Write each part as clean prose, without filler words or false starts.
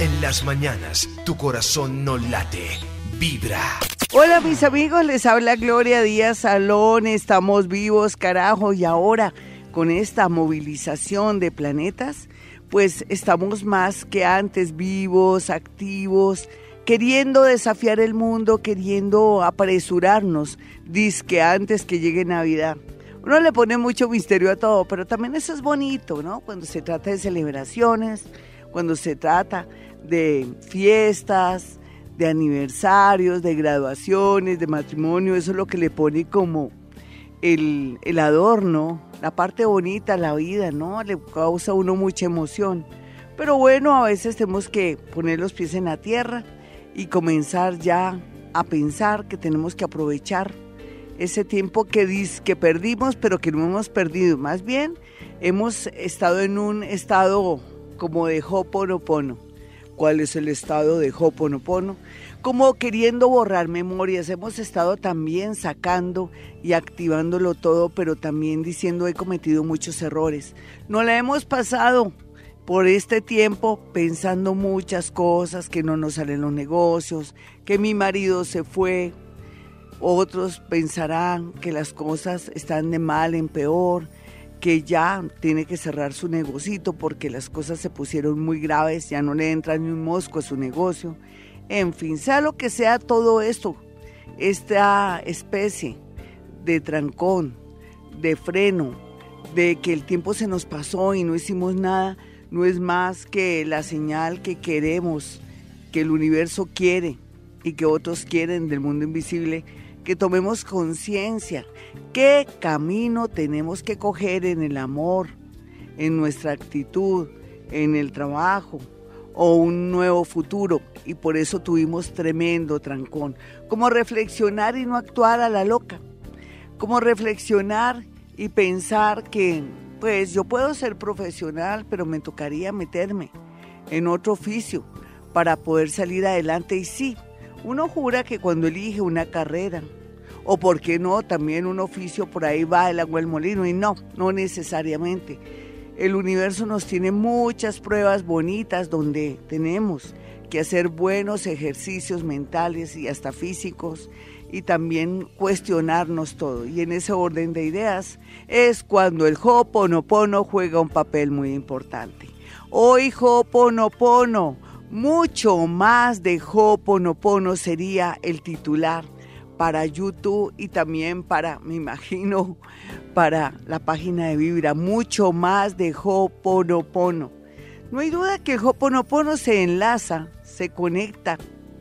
En las mañanas, tu corazón no late, vibra. Hola mis amigos, les habla Gloria Díaz Salón, estamos vivos, carajo, y ahora con esta movilización de planetas, pues estamos más que antes vivos, activos, queriendo desafiar el mundo, queriendo apresurarnos, dizque antes que llegue Navidad. Uno le pone mucho misterio a todo, pero también eso es bonito, ¿no? Cuando se trata de celebraciones, cuando se trata de fiestas, de aniversarios, de graduaciones, de matrimonio, eso es lo que le pone como el adorno, la parte bonita, la vida, ¿no? Le causa a uno mucha emoción. Pero bueno, a veces tenemos que poner los pies en la tierra y comenzar ya a pensar que tenemos que aprovechar ese tiempo que perdimos, pero que no hemos perdido. Más bien, hemos estado en un estado como de Ho'oponopono. ¿Cuál es el estado de Ho'oponopono? Como queriendo borrar memorias. Hemos estado también sacando y activándolo todo, pero también diciendo he cometido muchos errores. No la hemos pasado por este tiempo pensando muchas cosas, que no nos salen los negocios, que mi marido se fue. Otros pensarán que las cosas están de mal en peor, que ya tiene que cerrar su negocito porque las cosas se pusieron muy graves, ya no le entra ni un mosco a su negocio. En fin, sea lo que sea todo esto, esta especie de trancón, de freno, de que el tiempo se nos pasó y no hicimos nada, no es más que la señal que queremos, que el universo quiere y que otros quieren del mundo invisible, que tomemos conciencia, qué camino tenemos que coger en el amor, en nuestra actitud, en el trabajo o un nuevo futuro. Y por eso tuvimos tremendo trancón. Como reflexionar y no actuar a la loca. Como reflexionar y pensar que, pues yo puedo ser profesional, pero me tocaría meterme en otro oficio para poder salir adelante. Y sí, uno jura que cuando elige una carrera, o por qué no, también un oficio, por ahí va el agua al molino, y no necesariamente. El universo nos tiene muchas pruebas bonitas donde tenemos que hacer buenos ejercicios mentales y hasta físicos, y también cuestionarnos todo. Y en ese orden de ideas es cuando el Ho'oponopono juega un papel muy importante. Hoy Ho'oponopono, mucho más de Ho'oponopono sería el titular para YouTube y también para, me imagino, para la página de Vibra. Mucho más de Ho'oponopono. No hay duda que el Ho'oponopono se enlaza, se conecta,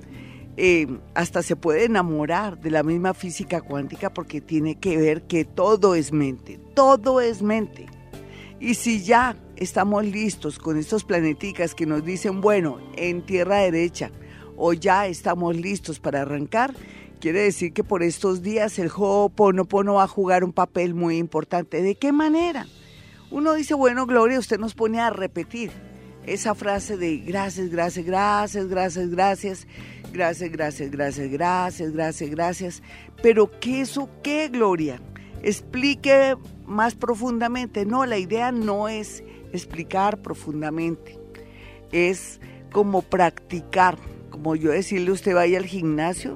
hasta se puede enamorar de la misma física cuántica, porque tiene que ver que todo es mente, todo es mente. Y si ya estamos listos con estos planeticas que nos dicen, bueno, en tierra derecha, o ya estamos listos para arrancar, quiere decir que por estos días el Ho'oponopono va a jugar un papel muy importante. ¿De qué manera? Uno dice, bueno, Gloria, usted nos pone a repetir esa frase de gracias, gracias, gracias, gracias, gracias, gracias, gracias, gracias, gracias, gracias, gracias. Pero ¿qué eso qué, Gloria? Explique más profundamente. No, la idea no es explicar profundamente, es como practicar, como yo decirle, usted vaya al gimnasio,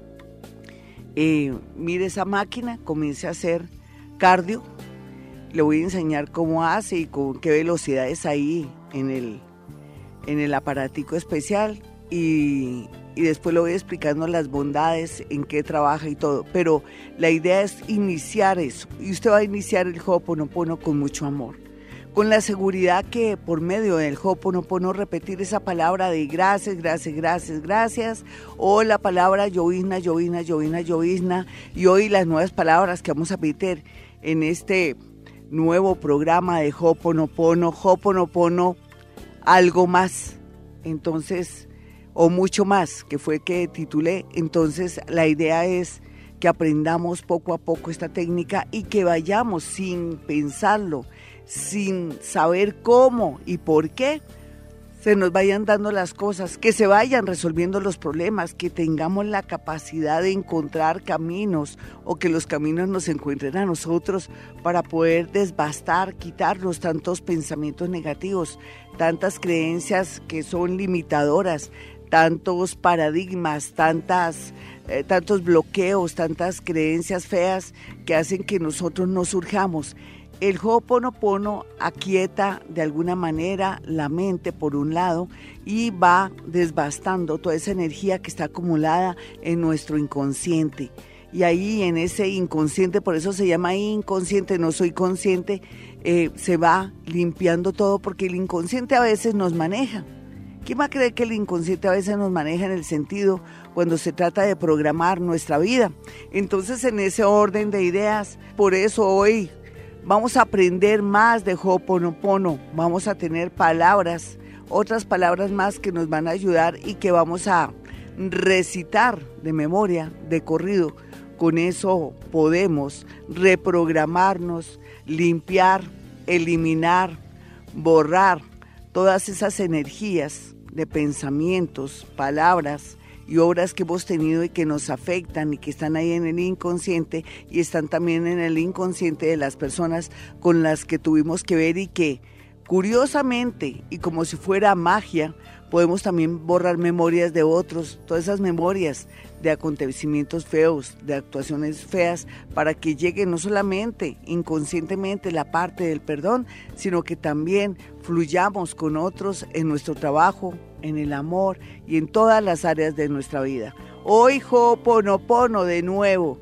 mire esa máquina, comience a hacer cardio, le voy a enseñar cómo hace y con qué velocidades ahí en el aparatico especial, y después le voy explicando las bondades, en qué trabaja y todo, pero la idea es iniciar eso, y usted va a iniciar el Ho'oponopono con mucho amor, con la seguridad que por medio del Ho'oponopono repetir esa palabra de gracias, gracias, gracias, gracias, o la palabra llovizna, llovizna, llovizna, llovizna, y hoy las nuevas palabras que vamos a meter en este nuevo programa de Ho'oponopono, Ho'oponopono, algo más, entonces, o mucho más, que fue que titulé. Entonces la idea es que aprendamos poco a poco esta técnica y que vayamos sin pensarlo, sin saber cómo y por qué, se nos vayan dando las cosas, que se vayan resolviendo los problemas, que tengamos la capacidad de encontrar caminos o que los caminos nos encuentren a nosotros para poder desbastar, quitarnos tantos pensamientos negativos, tantas creencias que son limitadoras, tantos paradigmas, tantos bloqueos, tantas creencias feas que hacen que nosotros no surjamos. El Ho'oponopono aquieta de alguna manera la mente por un lado y va desbastando toda esa energía que está acumulada en nuestro inconsciente. Y ahí en ese inconsciente, por eso se llama inconsciente, no soy consciente, se va limpiando todo porque el inconsciente a veces nos maneja. ¿Quién va a creer que el inconsciente a veces nos maneja en el sentido cuando se trata de programar nuestra vida? Entonces en ese orden de ideas, por eso hoy vamos a aprender más de Ho'oponopono, vamos a tener palabras, otras palabras más que nos van a ayudar y que vamos a recitar de memoria, de corrido. Con eso podemos reprogramarnos, limpiar, eliminar, borrar todas esas energías de pensamientos, palabras y obras que hemos tenido y que nos afectan y que están ahí en el inconsciente y están también en el inconsciente de las personas con las que tuvimos que ver y que curiosamente y como si fuera magia podemos también borrar memorias de otros, todas esas memorias de acontecimientos feos, de actuaciones feas, para que llegue no solamente inconscientemente la parte del perdón, sino que también fluyamos con otros en nuestro trabajo, en el amor y en todas las áreas de nuestra vida. Hoy Ho'oponopono de nuevo,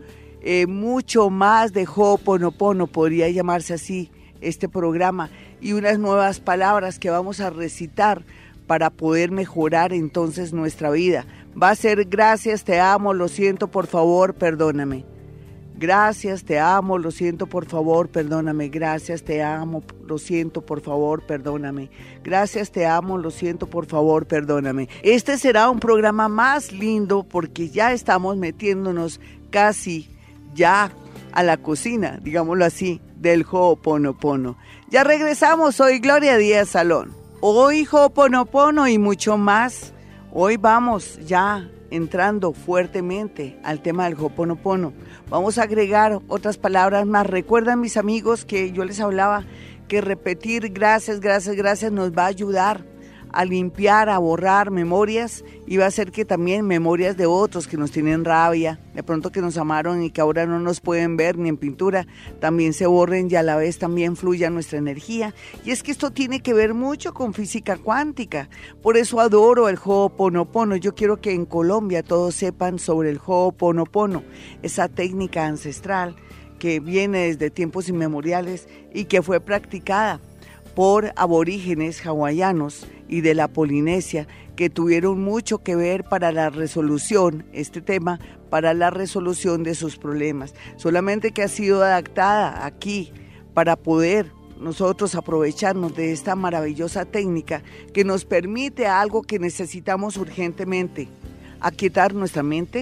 mucho más de Ho'oponopono, podría llamarse así este programa, y unas nuevas palabras que vamos a recitar para poder mejorar entonces nuestra vida. Va a ser gracias, te amo, lo siento, por favor, perdóname. Gracias, te amo, lo siento, por favor, perdóname. Gracias, te amo, lo siento, por favor, perdóname. Gracias, te amo, lo siento, por favor, perdóname. Este será un programa más lindo porque ya estamos metiéndonos casi ya a la cocina, digámoslo así, del Ho'oponopono. Ya regresamos, soy Gloria Díaz Salón. Hoy Ho'oponopono y mucho más. Hoy vamos ya entrando fuertemente al tema del Ho'oponopono. Vamos a agregar otras palabras más. Recuerdan, mis amigos, que yo les hablaba que repetir gracias, gracias, gracias nos va a ayudar a limpiar, a borrar memorias y va a hacer que también memorias de otros que nos tienen rabia, de pronto que nos amaron y que ahora no nos pueden ver ni en pintura, también se borren y a la vez también fluya nuestra energía. Y es que esto tiene que ver mucho con física cuántica, por eso adoro el Ho'oponopono. Yo quiero que en Colombia todos sepan sobre el Ho'oponopono, esa técnica ancestral que viene desde tiempos inmemoriales y que fue practicada por aborígenes hawaianos y de la Polinesia que tuvieron mucho que ver para la resolución, este tema, para la resolución de sus problemas. Solamente que ha sido adaptada aquí para poder nosotros aprovecharnos de esta maravillosa técnica que nos permite algo que necesitamos urgentemente, aquietar nuestra mente,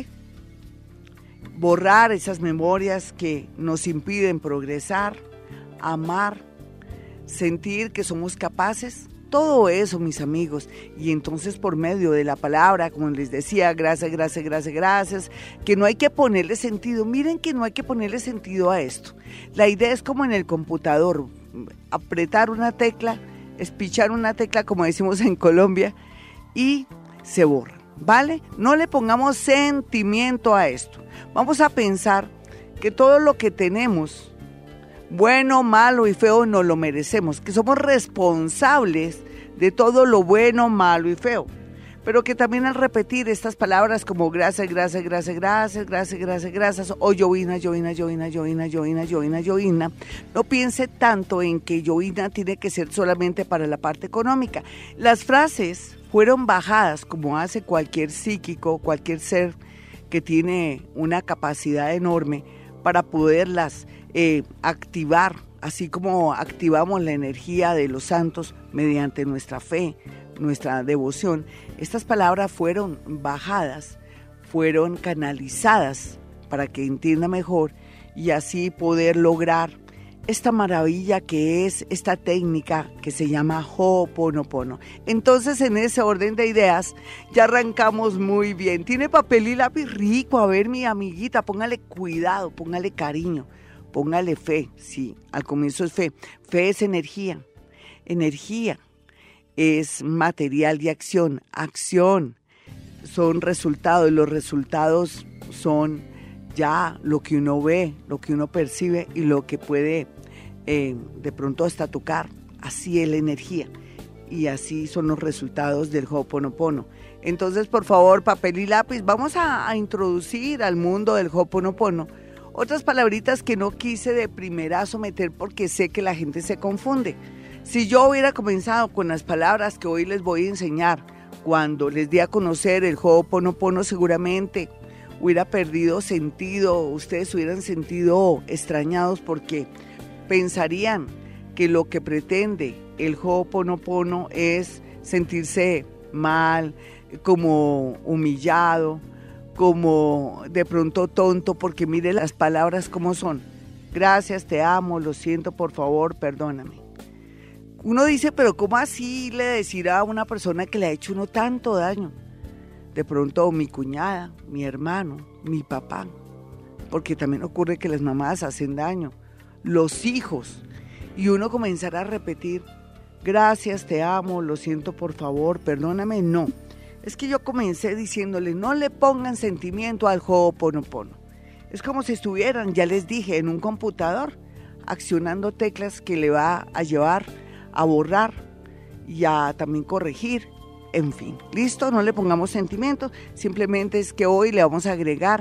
borrar esas memorias que nos impiden progresar, amar, sentir que somos capaces, todo eso, mis amigos. Y entonces por medio de la palabra, como les decía, gracias, gracias, gracias, gracias, que no hay que ponerle sentido. Miren que no hay que ponerle sentido a esto. La idea es como en el computador, apretar una tecla, espichar una tecla, como decimos en Colombia, y se borra, ¿vale? No le pongamos sentimiento a esto. Vamos a pensar que todo lo que tenemos, bueno, malo y feo, nos lo merecemos, que somos responsables de todo lo bueno, malo y feo, pero que también al repetir estas palabras como gracias, gracias, gracias, gracias, gracias, gracias, gracias, o llovina, llovina, llovina, llovina, llovina, llovina, llovina, no piense tanto en que llovina tiene que ser solamente para la parte económica. Las frases fueron bajadas como hace cualquier psíquico, cualquier ser que tiene una capacidad enorme para poderlas activar, así como activamos la energía de los santos mediante nuestra fe, nuestra devoción. Estas palabras fueron bajadas, fueron canalizadas para que entienda mejor y así poder lograr esta maravilla que es esta técnica que se llama Ho'oponopono. Entonces, en ese orden de ideas, ya arrancamos muy bien. ¿Tiene papel y lápiz? Rico. A ver, mi amiguita, póngale cuidado, póngale cariño, póngale fe. Sí, al comienzo es fe. Fe es energía. Energía es material de acción. Acción son resultados. Los resultados son ya lo que uno ve, lo que uno percibe y lo que puede de pronto hasta tocar. Así es la energía y así son los resultados del Ho'oponopono. Entonces, por favor, papel y lápiz, vamos a introducir al mundo del Ho'oponopono otras palabritas que no quise de primerazo meter porque sé que la gente se confunde. Si yo hubiera comenzado con las palabras que hoy les voy a enseñar, cuando les di a conocer el Ho'oponopono, seguramente hubiera perdido sentido, ustedes hubieran sentido extrañados porque pensarían que lo que pretende el Ho'oponopono es sentirse mal, como humillado, como de pronto tonto, porque mire las palabras como son. Gracias, te amo, lo siento, por favor, perdóname. Uno dice, pero ¿cómo así le decir a una persona que le ha hecho uno tanto daño? De pronto mi cuñada, mi hermano, mi papá, porque también ocurre que las mamás hacen daño, los hijos, y uno comenzará a repetir, gracias, te amo, lo siento, por favor, perdóname. No, es que yo comencé diciéndole, no le pongan sentimiento al Ho'oponopono. Es como si estuvieran, ya les dije, en un computador, accionando teclas que le va a llevar a borrar y a también corregir. En fin, listo, no le pongamos sentimientos, simplemente es que hoy le vamos a agregar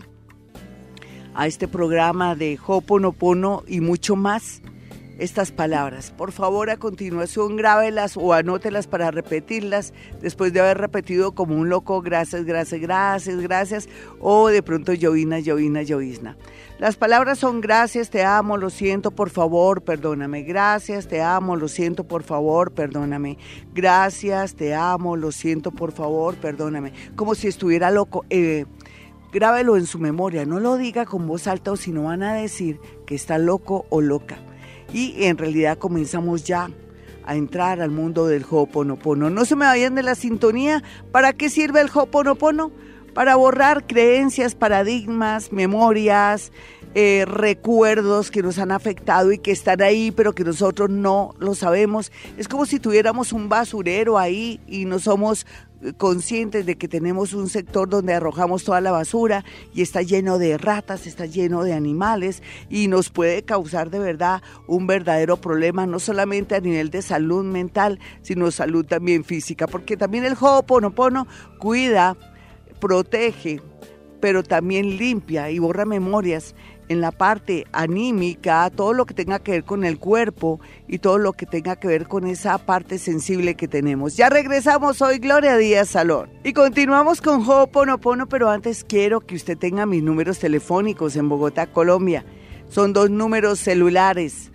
a este programa de Ho'oponopono y mucho más estas palabras. Por favor, a continuación grábelas o anótelas para repetirlas después de haber repetido como un loco, gracias, gracias, gracias, gracias, o de pronto llovina, llovina, llovizna. Las palabras son gracias, te amo, lo siento, por favor, perdóname. Gracias, te amo, lo siento, por favor, perdóname. Gracias, te amo, lo siento, por favor, perdóname. Como si estuviera loco. Grábelo en su memoria, no lo diga con voz alta o si no van a decir que está loco o loca. Y en realidad comenzamos ya a entrar al mundo del Ho'oponopono. No se me vayan de la sintonía. ¿Para qué sirve el Ho'oponopono? Para borrar creencias, paradigmas, memorias, recuerdos que nos han afectado y que están ahí, pero que nosotros no lo sabemos. Es como si tuviéramos un basurero ahí y no somos conscientes de que tenemos un sector donde arrojamos toda la basura y está lleno de ratas, está lleno de animales y nos puede causar de verdad un verdadero problema, no solamente a nivel de salud mental, sino salud también física, porque también el Ho'oponopono cuida, protege, pero también limpia y borra memorias en la parte anímica, todo lo que tenga que ver con el cuerpo y todo lo que tenga que ver con esa parte sensible que tenemos. Ya regresamos, soy Gloria Díaz Salón y continuamos con Ho'oponopono, pero antes quiero que usted tenga mis números telefónicos en Bogotá, Colombia. Son 2 números celulares,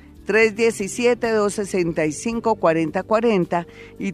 317-265-4040 y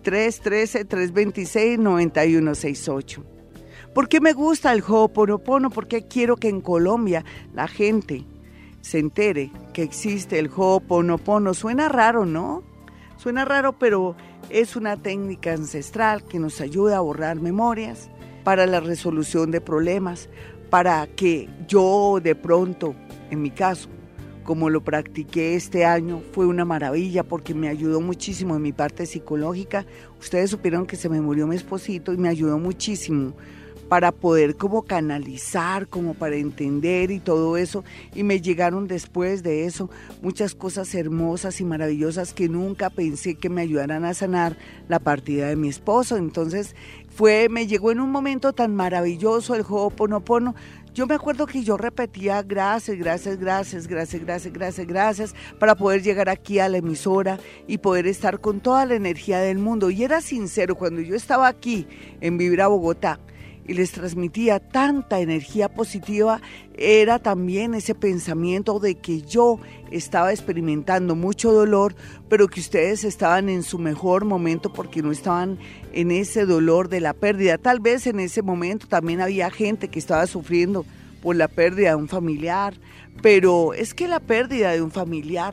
313-326-9168. ¿Por qué me gusta el Ho'oponopono? Porque quiero que en Colombia la gente se entere que existe el Ho'oponopono. Suena raro, ¿no? Suena raro, pero es una técnica ancestral que nos ayuda a borrar memorias para la resolución de problemas, para que yo de pronto, en mi caso, como lo practiqué este año, fue una maravilla porque me ayudó muchísimo en mi parte psicológica. Ustedes supieron que se me murió mi esposito y me ayudó muchísimo para poder como canalizar, como para entender y todo eso, y me llegaron después de eso muchas cosas hermosas y maravillosas que nunca pensé que me ayudaran a sanar la partida de mi esposo. Entonces me llegó en un momento tan maravilloso el Ho'oponopono. Yo me acuerdo que yo repetía gracias, gracias, gracias, gracias, gracias, gracias, gracias, para poder llegar aquí a la emisora y poder estar con toda la energía del mundo. Y era sincero, cuando yo estaba aquí en Vibra Bogotá, y les transmitía tanta energía positiva, era también ese pensamiento de que yo estaba experimentando mucho dolor, pero que ustedes estaban en su mejor momento porque no estaban en ese dolor de la pérdida. Tal vez en ese momento también había gente que estaba sufriendo por la pérdida de un familiar, pero es que la pérdida de un familiar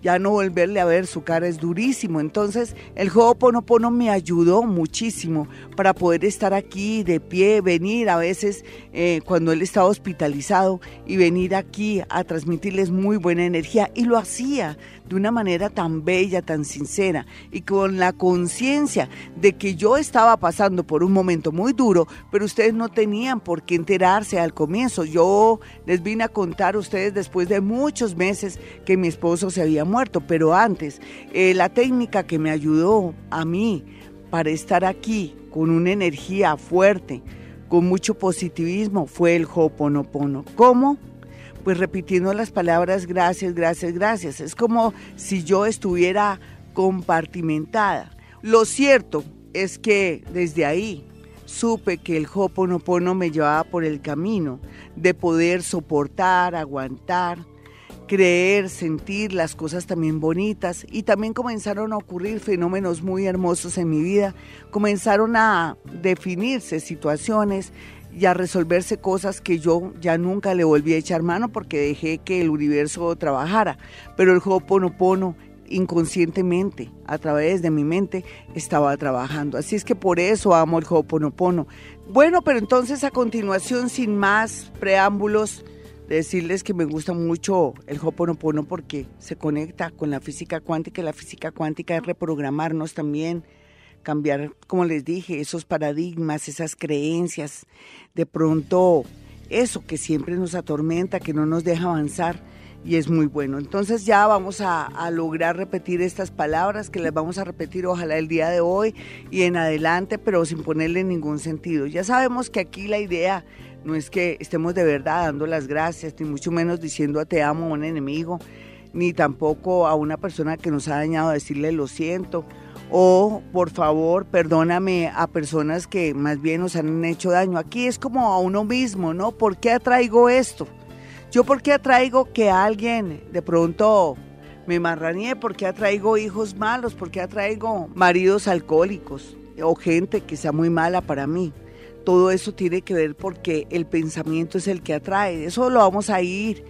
ya no volverle a ver su cara es durísimo. Entonces el Ho'oponopono me ayudó muchísimo para poder estar aquí de pie, venir a veces cuando él estaba hospitalizado y venir aquí a transmitirles muy buena energía, y lo hacía de una manera tan bella, tan sincera y con la conciencia de que yo estaba pasando por un momento muy duro, pero ustedes no tenían por qué enterarse al comienzo. Yo les vine a contar a ustedes después de muchos meses que mi esposo se había muerto, pero antes la técnica que me ayudó a mí para estar aquí con una energía fuerte, con mucho positivismo, fue el Ho'oponopono. ¿Cómo? Pues repitiendo las palabras gracias, gracias, gracias. Es como si yo estuviera compartimentada. Lo cierto es que desde ahí supe que el Ho'oponopono me llevaba por el camino de poder soportar, aguantar, creer, sentir las cosas también bonitas, y también comenzaron a ocurrir fenómenos muy hermosos en mi vida. Comenzaron a definirse situaciones y a resolverse cosas que yo ya nunca le volví a echar mano porque dejé que el universo trabajara, pero el Ho'oponopono inconscientemente, a través de mi mente, estaba trabajando. Así es que por eso amo el Ho'oponopono. Bueno, pero entonces a continuación, sin más preámbulos, decirles que me gusta mucho el Ho'oponopono porque se conecta con la física cuántica, y la física cuántica es reprogramarnos también, cambiar, como les dije, esos paradigmas, esas creencias, de pronto eso que siempre nos atormenta, que no nos deja avanzar, y es muy bueno. Entonces ya vamos a lograr repetir estas palabras, que las vamos a repetir ojalá el día de hoy y en adelante, pero sin ponerle ningún sentido. Ya sabemos que aquí la idea no es que estemos de verdad dando las gracias, ni mucho menos diciendo te amo a un enemigo, ni tampoco a una persona que nos ha dañado decirle lo siento, o por favor perdóname a personas que más bien nos han hecho daño. Aquí es como a uno mismo, ¿no? ¿Por qué atraigo esto? ¿Yo por qué atraigo que alguien de pronto me marranee? ¿Por qué atraigo hijos malos? ¿Por qué atraigo maridos alcohólicos o gente que sea muy mala para mí? Todo eso tiene que ver porque el pensamiento es el que atrae. Eso lo vamos a ir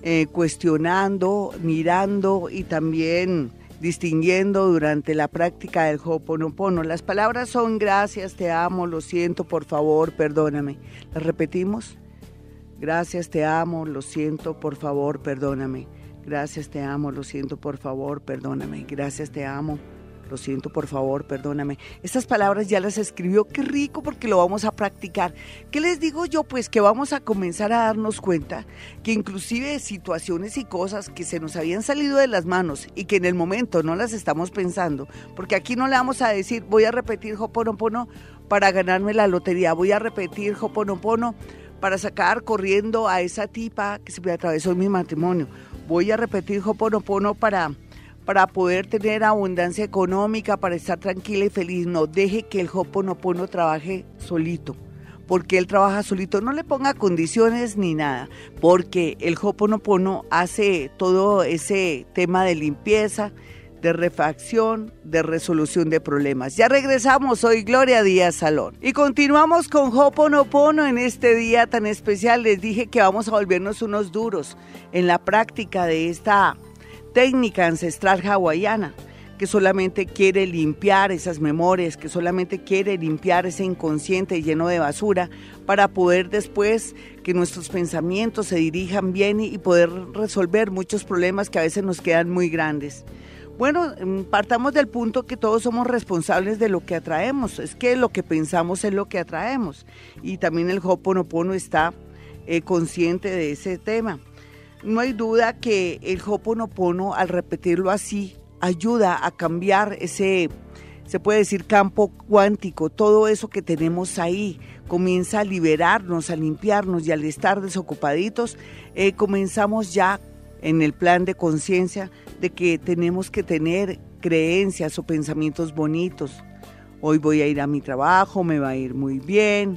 cuestionando, mirando y también distinguiendo durante la práctica del Ho'oponopono. Las palabras son gracias, te amo, lo siento, por favor, perdóname. ¿Las repetimos? Gracias, te amo, lo siento, por favor, perdóname. Gracias, te amo, lo siento, por favor, perdóname. Gracias, te amo, lo siento, por favor, perdóname. Estas palabras ya las escribió, qué rico, porque lo vamos a practicar. ¿Qué les digo yo? Pues que vamos a comenzar a darnos cuenta que inclusive situaciones y cosas que se nos habían salido de las manos y que en el momento no las estamos pensando, porque aquí no le vamos a decir voy a repetir Ho'oponopono para ganarme la lotería, voy a repetir Ho'oponopono para sacar corriendo a esa tipa que se me atravesó en mi matrimonio, voy a repetir Ho'oponopono para poder tener abundancia económica, para estar tranquila y feliz. No, deje que el Ho'oponopono trabaje solito, porque él trabaja solito. No le ponga condiciones ni nada, porque el Ho'oponopono hace todo ese tema de limpieza, de refacción, de resolución de problemas. Ya regresamos, soy Gloria Díaz Salón. Y continuamos con Ho'oponopono en este día tan especial. Les dije que vamos a volvernos unos duros en la práctica de esta técnica ancestral hawaiana, que solamente quiere limpiar esas memorias, que solamente quiere limpiar ese inconsciente lleno de basura para poder después que nuestros pensamientos se dirijan bien y poder resolver muchos problemas que a veces nos quedan muy grandes. Bueno, partamos del punto que todos somos responsables de lo que atraemos, es que lo que pensamos es lo que atraemos, y también el Ho'oponopono está consciente de ese tema. No hay duda que el Ho'oponopono, al repetirlo así, ayuda a cambiar ese, se puede decir, campo cuántico. Todo eso que tenemos ahí comienza a liberarnos, a limpiarnos, y al estar desocupaditos, comenzamos ya en el plan de conciencia de que tenemos que tener creencias o pensamientos bonitos. Hoy voy a ir a mi trabajo, me va a ir muy bien.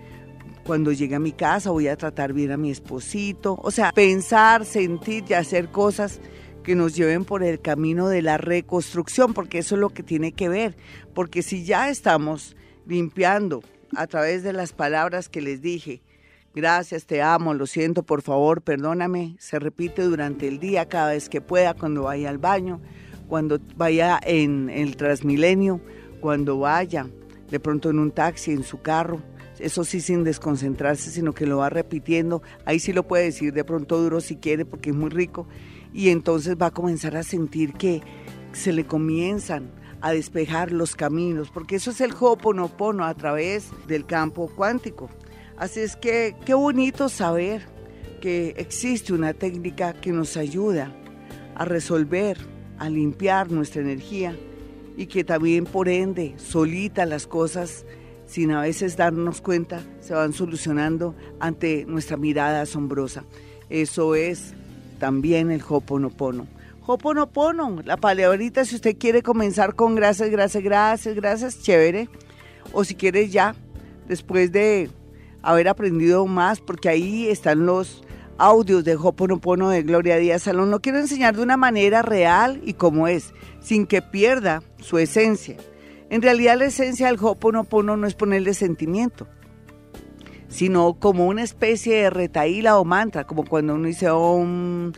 Cuando llegue a mi casa voy a tratar bien a mi esposito. O sea, pensar, sentir y hacer cosas que nos lleven por el camino de la reconstrucción, porque eso es lo que tiene que ver. Porque si ya estamos limpiando a través de las palabras que les dije, gracias, te amo, lo siento, por favor, perdóname. Se repite durante el día, cada vez que pueda, cuando vaya al baño, cuando vaya en el Transmilenio, cuando vaya de pronto en un taxi, en su carro. Eso sí, sin desconcentrarse, sino que lo va repitiendo. Ahí sí lo puede decir de pronto duro si quiere, porque es muy rico. Y entonces va a comenzar a sentir que se le comienzan a despejar los caminos, porque eso es el Ho'oponopono a través del campo cuántico. Así es que qué bonito saber que existe una técnica que nos ayuda a resolver, a limpiar nuestra energía y que también por ende solita las cosas, sin a veces darnos cuenta, se van solucionando ante nuestra mirada asombrosa. Eso es también el Ho'oponopono. Ho'oponopono, la palabrita, si usted quiere comenzar con gracias, gracias, gracias, gracias, chévere. O si quiere ya, después de haber aprendido más, porque ahí están los audios de Ho'oponopono de Gloria Díaz Salón. Lo quiero enseñar de una manera real y como es, sin que pierda su esencia. En realidad la esencia del Ho'oponopono no es ponerle sentimiento, sino como una especie de retahíla o mantra, como cuando uno dice om,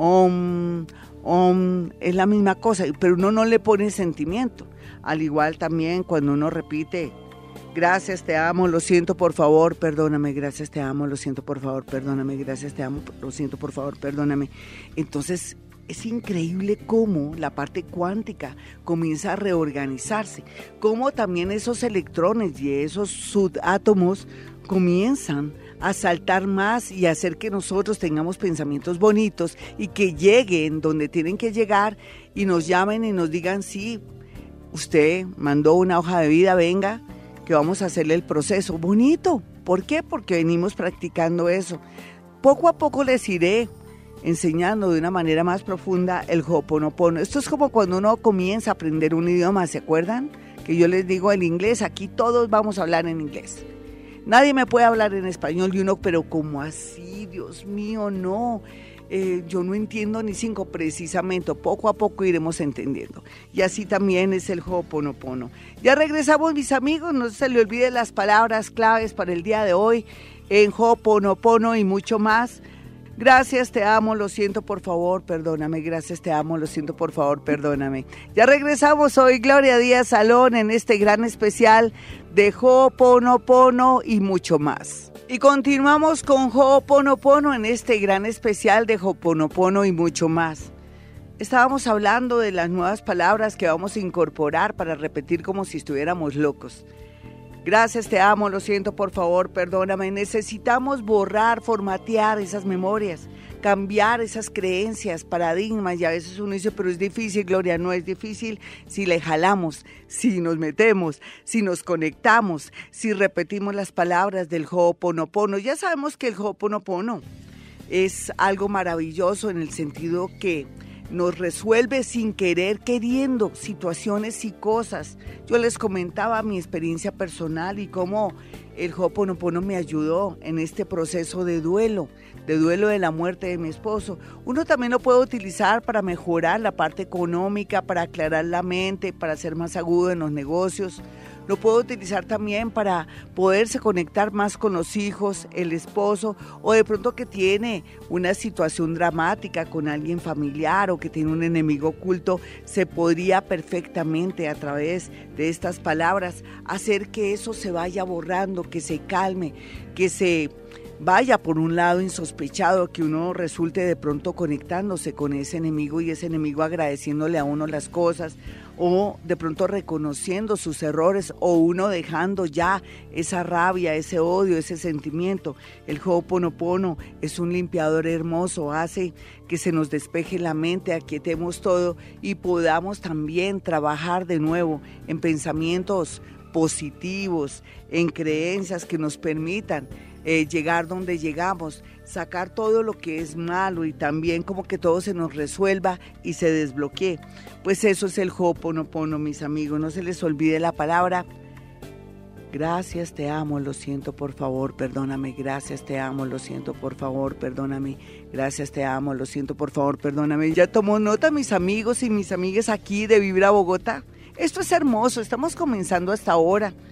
es la misma cosa, pero uno no le pone sentimiento. Al igual también cuando uno repite, gracias, te amo, lo siento, por favor, perdóname, gracias, te amo, lo siento, por favor, perdóname, gracias, te amo, lo siento, por favor, perdóname. Entonces, es increíble cómo la parte cuántica comienza a reorganizarse, cómo también esos electrones y esos subátomos comienzan a saltar más y hacer que nosotros tengamos pensamientos bonitos y que lleguen donde tienen que llegar y nos llamen y nos digan, sí, usted mandó una hoja de vida, venga, que vamos a hacerle el proceso. Bonito. ¿Por qué? Porque venimos practicando eso. Poco a poco les iré enseñando de una manera más profunda el Ho'oponopono. Esto es como cuando uno comienza a aprender un idioma, ¿se acuerdan? Que yo les digo el inglés, aquí todos vamos a hablar en inglés. Nadie me puede hablar en español y uno, pero ¿cómo así? Dios mío, no. Yo no entiendo ni cinco precisamente, poco a poco iremos entendiendo. Y así también es el Ho'oponopono. Ya regresamos, mis amigos, no se le olviden las palabras claves para el día de hoy en Ho'oponopono y mucho más. Gracias, te amo, lo siento, por favor, perdóname. Gracias, te amo, lo siento, por favor, perdóname. Ya regresamos, soy Gloria Díaz Salón en este gran especial de Ho'oponopono y mucho más. Y continuamos con Ho'oponopono en este gran especial de Ho'oponopono y mucho más. Estábamos hablando de las nuevas palabras que vamos a incorporar para repetir como si estuviéramos locos. Gracias, te amo, lo siento, por favor, perdóname. Necesitamos borrar, formatear esas memorias, cambiar esas creencias, paradigmas. Y a veces uno dice, pero es difícil, Gloria. No es difícil si le jalamos, si nos metemos, si nos conectamos, si repetimos las palabras del Ho'oponopono. Ya sabemos que el Ho'oponopono es algo maravilloso en el sentido que nos resuelve sin querer, queriendo situaciones y cosas. Yo les comentaba mi experiencia personal y cómo el Ho'oponopono me ayudó en este proceso de duelo de la muerte de mi esposo. Uno también lo puede utilizar para mejorar la parte económica, para aclarar la mente, para ser más agudo en los negocios. Lo puedo utilizar también para poderse conectar más con los hijos, el esposo, o de pronto que tiene una situación dramática con alguien familiar o que tiene un enemigo oculto, se podría perfectamente a través de estas palabras hacer que eso se vaya borrando, que se calme, que se vaya por un lado insospechado, que uno resulte de pronto conectándose con ese enemigo y ese enemigo agradeciéndole a uno las cosas o de pronto reconociendo sus errores o uno dejando ya esa rabia, ese odio, ese sentimiento. El Ho'oponopono es un limpiador hermoso, hace que se nos despeje la mente, aquietemos todo y podamos también trabajar de nuevo en pensamientos positivos, en creencias que nos permitan llegar donde llegamos, sacar todo lo que es malo y también como que todo se nos resuelva y se desbloquee. Pues eso es el Ho'oponopono, mis amigos. No se les olvide la palabra gracias, te amo, lo siento, por favor, perdóname. Gracias, te amo, lo siento, por favor, perdóname. Gracias, te amo, lo siento, por favor, perdóname. Ya tomó nota, mis amigos y mis amigas aquí de Vibra Bogotá. Esto es hermoso, estamos comenzando hasta ahora.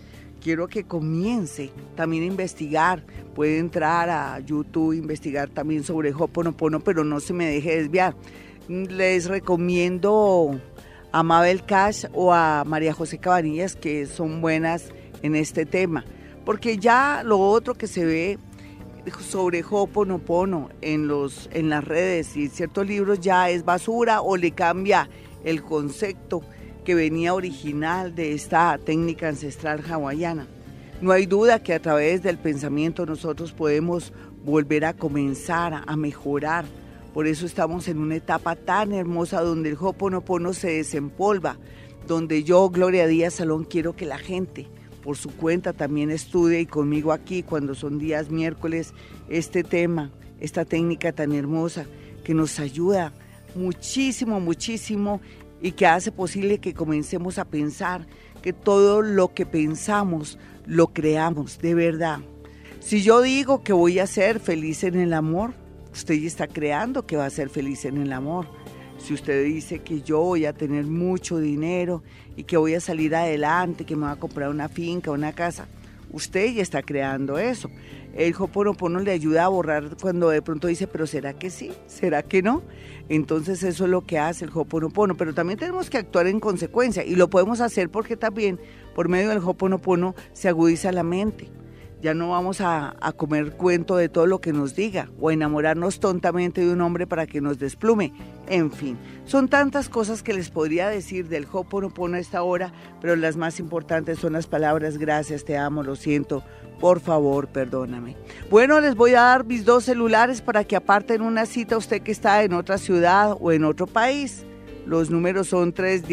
quiero que comience también a investigar. Puede entrar a YouTube, investigar también sobre Ho'oponopono, pero no se me deje desviar. Les recomiendo a Mabel Cash o a María José Cabanillas, que son buenas en este tema, porque ya lo otro que se ve sobre Ho'oponopono en las redes y ciertos libros ya es basura o le cambia el concepto que venía original de esta técnica ancestral hawaiana. No hay duda que a través del pensamiento nosotros podemos volver a comenzar a mejorar. Por eso estamos en una etapa tan hermosa donde el Ho'oponopono se desempolva, donde yo, Gloria Díaz Salón, quiero que la gente por su cuenta también estudie y conmigo aquí cuando son días miércoles este tema, esta técnica tan hermosa que nos ayuda muchísimo, muchísimo y que hace posible que comencemos a pensar que todo lo que pensamos lo creamos de verdad. Si yo digo que voy a ser feliz en el amor, usted ya está creando que va a ser feliz en el amor. Si usted dice que yo voy a tener mucho dinero y que voy a salir adelante, que me voy a comprar una finca, una casa, usted ya está creando eso. El Ho'oponopono le ayuda a borrar cuando de pronto dice, pero ¿será que sí? ¿Será que no? Entonces eso es lo que hace el Ho'oponopono, pero también tenemos que actuar en consecuencia y lo podemos hacer porque también por medio del Ho'oponopono se agudiza la mente. Ya no vamos a comer cuento de todo lo que nos diga o a enamorarnos tontamente de un hombre para que nos desplume. En fin, son tantas cosas que les podría decir del Ho'oponopono a esta hora, pero las más importantes son las palabras gracias, te amo, lo siento, por favor, perdóname. Bueno, les voy a dar mis 2 celulares para que aparten una cita usted que está en otra ciudad o en otro país. Los números son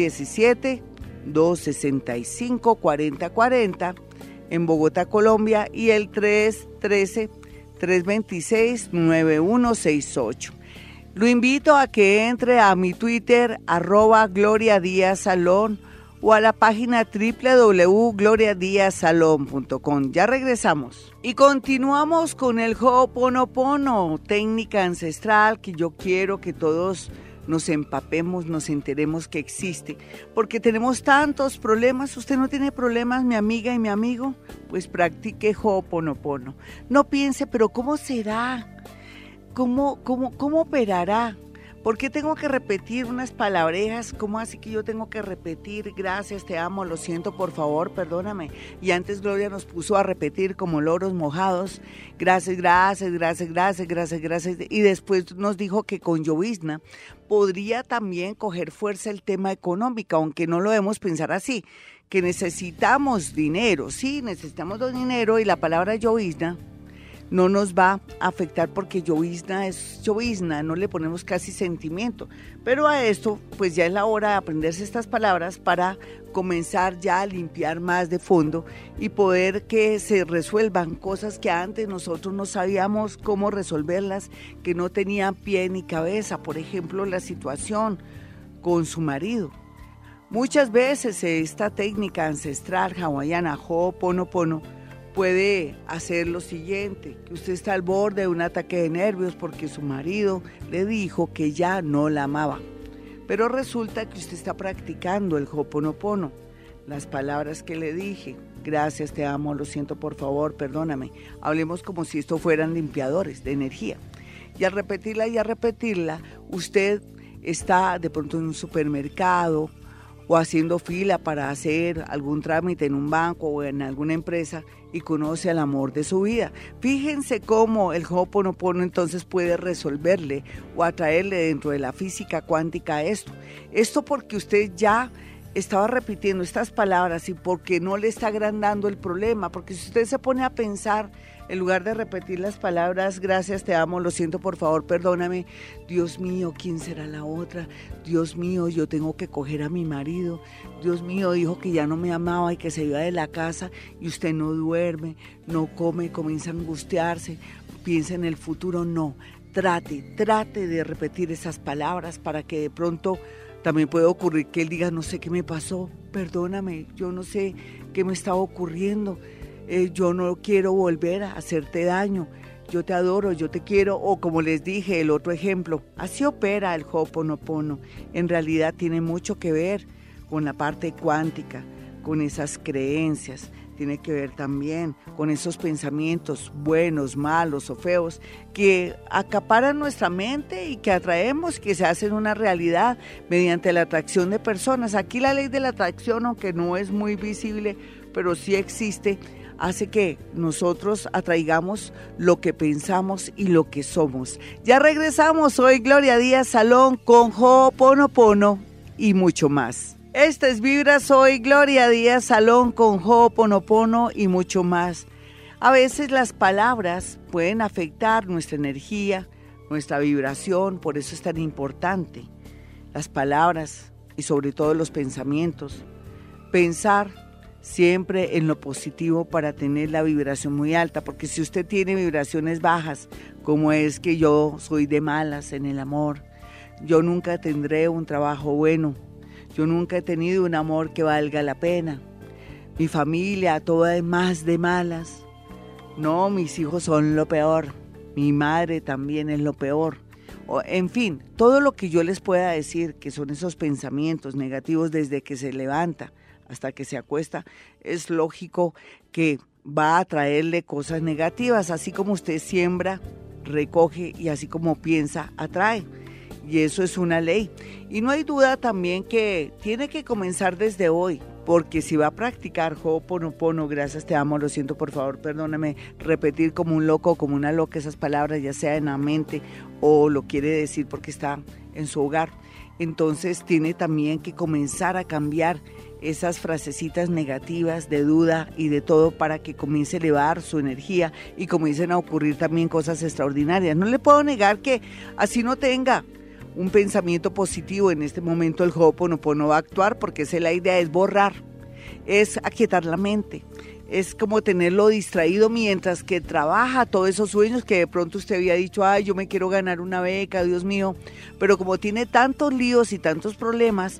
317-265-4040 en Bogotá, Colombia, y el 313-326-9168. Lo invito a que entre a mi Twitter, @GloriaDíazSalón, o a la página www.gloriadiazsalon.com. Ya regresamos. Y continuamos con el Ho'oponopono, técnica ancestral que yo quiero que todos nos empapemos, nos enteremos que existe, porque tenemos tantos problemas. Usted no tiene problemas, mi amiga y mi amigo, pues practique Ho'oponopono. No piense, pero ¿cómo será? ¿Cómo operará? ¿Por qué tengo que repetir unas palabrejas? ¿Cómo así que yo tengo que repetir gracias, te amo, lo siento, por favor, perdóname? Y antes Gloria nos puso a repetir como loros mojados, gracias, gracias, gracias, gracias, gracias, gracias. Y después nos dijo que con llovizna podría también coger fuerza el tema económico, aunque no lo debemos pensar así, que necesitamos dinero, sí, necesitamos dinero y la palabra llovizna no nos va a afectar porque llovizna es llovizna, no le ponemos casi sentimiento. Pero a esto, pues ya es la hora de aprenderse estas palabras para comenzar ya a limpiar más de fondo y poder que se resuelvan cosas que antes nosotros no sabíamos cómo resolverlas, que no tenían pie ni cabeza. Por ejemplo, la situación con su marido. Muchas veces esta técnica ancestral hawaiana, Ho'oponopono, puede hacer lo siguiente, que usted está al borde de un ataque de nervios porque su marido le dijo que ya no la amaba. Pero resulta que usted está practicando el Ho'oponopono. Las palabras que le dije, gracias, te amo, lo siento, por favor, perdóname. Hablemos como si esto fueran limpiadores de energía. Y al repetirla, usted está de pronto en un supermercado o haciendo fila para hacer algún trámite en un banco o en alguna empresa y conoce al amor de su vida. Fíjense cómo el Ho'oponopono entonces puede resolverle o atraerle dentro de la física cuántica esto. Esto porque usted ya estaba repitiendo estas palabras y porque no le está agrandando el problema, porque si usted se pone a pensar, en lugar de repetir las palabras, gracias, te amo, lo siento, por favor, perdóname, Dios mío, ¿quién será la otra? Dios mío, yo tengo que coger a mi marido, Dios mío, dijo que ya no me amaba y que se iba de la casa y usted no duerme, no come, comienza a angustiarse, piensa en el futuro. No, trate de repetir esas palabras para que de pronto también puede ocurrir que él diga, no sé qué me pasó, perdóname, yo no sé qué me estaba ocurriendo, yo no quiero volver a hacerte daño, yo te adoro, yo te quiero, o como les dije, el otro ejemplo, así opera el Ho'oponopono. En realidad tiene mucho que ver con la parte cuántica, con esas creencias, tiene que ver también con esos pensamientos buenos, malos o feos que acaparan nuestra mente y que atraemos, que se hacen una realidad mediante la atracción de personas. Aquí la ley de la atracción, aunque no es muy visible, pero sí existe, hace que nosotros atraigamos lo que pensamos y lo que somos. Ya regresamos, soy Gloria Díaz Salón con Ho'oponopono y mucho más. Esta es Vibra, soy Gloria Díaz Salón con Ho'oponopono y mucho más. A veces las palabras pueden afectar nuestra energía, nuestra vibración, por eso es tan importante. Las palabras y sobre todo los pensamientos. Pensar siempre en lo positivo para tener la vibración muy alta, porque si usted tiene vibraciones bajas, como es que yo soy de malas en el amor, yo nunca tendré un trabajo bueno, yo nunca he tenido un amor que valga la pena. Mi familia, toda es más de malas. No, mis hijos son lo peor. Mi madre también es lo peor. En fin, todo lo que yo les pueda decir, que son esos pensamientos negativos desde que se levanta hasta que se acuesta, es lógico que va a traerle cosas negativas. Así como usted siembra, recoge, y así como piensa, atrae. Y eso es una ley. Y no hay duda también que tiene que comenzar desde hoy, porque si va a practicar Ho'oponopono, gracias, te amo, lo siento, por favor, perdóname, repetir como un loco o como una loca esas palabras, ya sea en la mente o lo quiere decir porque está en su hogar, entonces tiene también que comenzar a cambiar esas frasecitas negativas de duda y de todo para que comience a elevar su energía y comiencen a ocurrir también cosas extraordinarias. No le puedo negar que así no tenga un pensamiento positivo en este momento, el Ho'oponopono va a actuar, porque esa es la idea, es borrar, es aquietar la mente, es como tenerlo distraído mientras que trabaja todos esos sueños que de pronto usted había dicho, ay, yo me quiero ganar una beca, Dios mío, pero como tiene tantos líos y tantos problemas,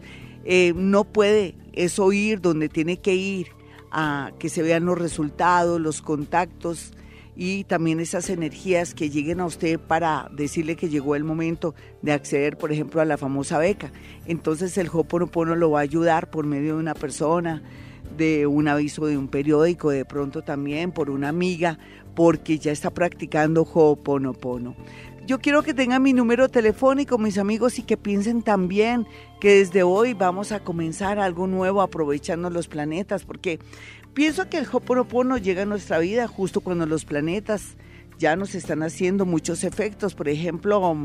no puede eso ir donde tiene que ir, a que se vean los resultados, los contactos, y también esas energías que lleguen a usted para decirle que llegó el momento de acceder, por ejemplo, a la famosa beca. Entonces el Ho'oponopono lo va a ayudar por medio de una persona, de un aviso de un periódico, de pronto también por una amiga, porque ya está practicando Ho'oponopono. Yo quiero que tengan mi número telefónico, mis amigos, y que piensen también que desde hoy vamos a comenzar algo nuevo aprovechando los planetas, porque pienso que el Ho'oponopono llega a nuestra vida justo cuando los planetas ya nos están haciendo muchos efectos. Por ejemplo,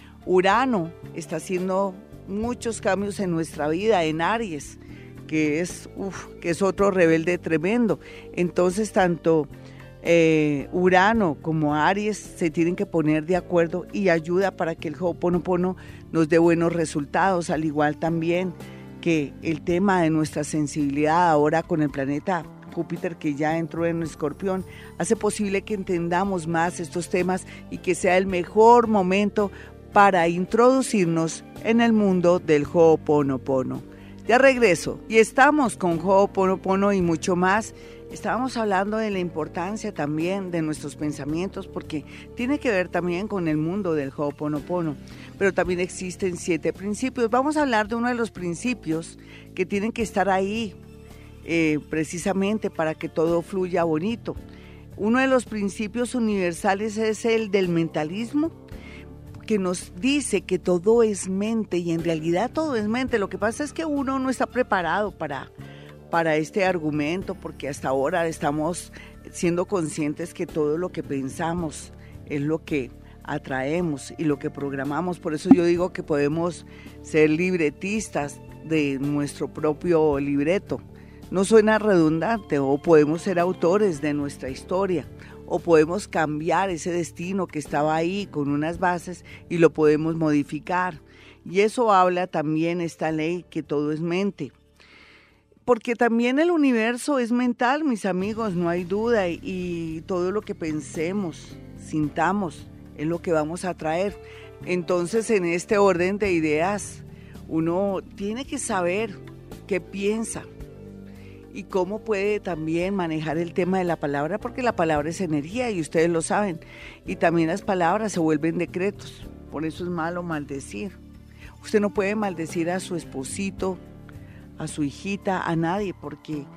Urano está haciendo muchos cambios en nuestra vida, en Aries, que es otro rebelde tremendo. Entonces, tanto Urano como Aries se tienen que poner de acuerdo y ayuda para que el Ho'oponopono nos dé buenos resultados, al igual también que el tema de nuestra sensibilidad ahora con el planeta Júpiter, que ya entró en Escorpión, hace posible que entendamos más estos temas y que sea el mejor momento para introducirnos en el mundo del Ho'oponopono. Ya regreso y estamos con Ho'oponopono y mucho más. Estábamos hablando de la importancia también de nuestros pensamientos, porque tiene que ver también con el mundo del Ho'oponopono, pero también existen 7 principios. Vamos a hablar de uno de los principios que tienen que estar ahí precisamente para que todo fluya bonito. Uno de los principios universales es el del mentalismo, que nos dice que todo es mente, y en realidad todo es mente. Lo que pasa es que uno no está preparado para este argumento, porque hasta ahora estamos siendo conscientes que todo lo que pensamos es lo que atraemos y lo que programamos. Por eso yo digo que podemos ser libretistas de nuestro propio libreto. No suena redundante, o podemos ser autores de nuestra historia, o podemos cambiar ese destino que estaba ahí con unas bases y lo podemos modificar. Y eso habla también esta ley, que todo es mente. Porque también el universo es mental, mis amigos, no hay duda, y todo lo que pensemos, sintamos, es lo que vamos a traer. Entonces, en este orden de ideas, uno tiene que saber qué piensa y cómo puede también manejar el tema de la palabra, porque la palabra es energía y ustedes lo saben, y también las palabras se vuelven decretos. Por eso es malo maldecir. Usted no puede maldecir a su esposito, a su hijita, a nadie, porque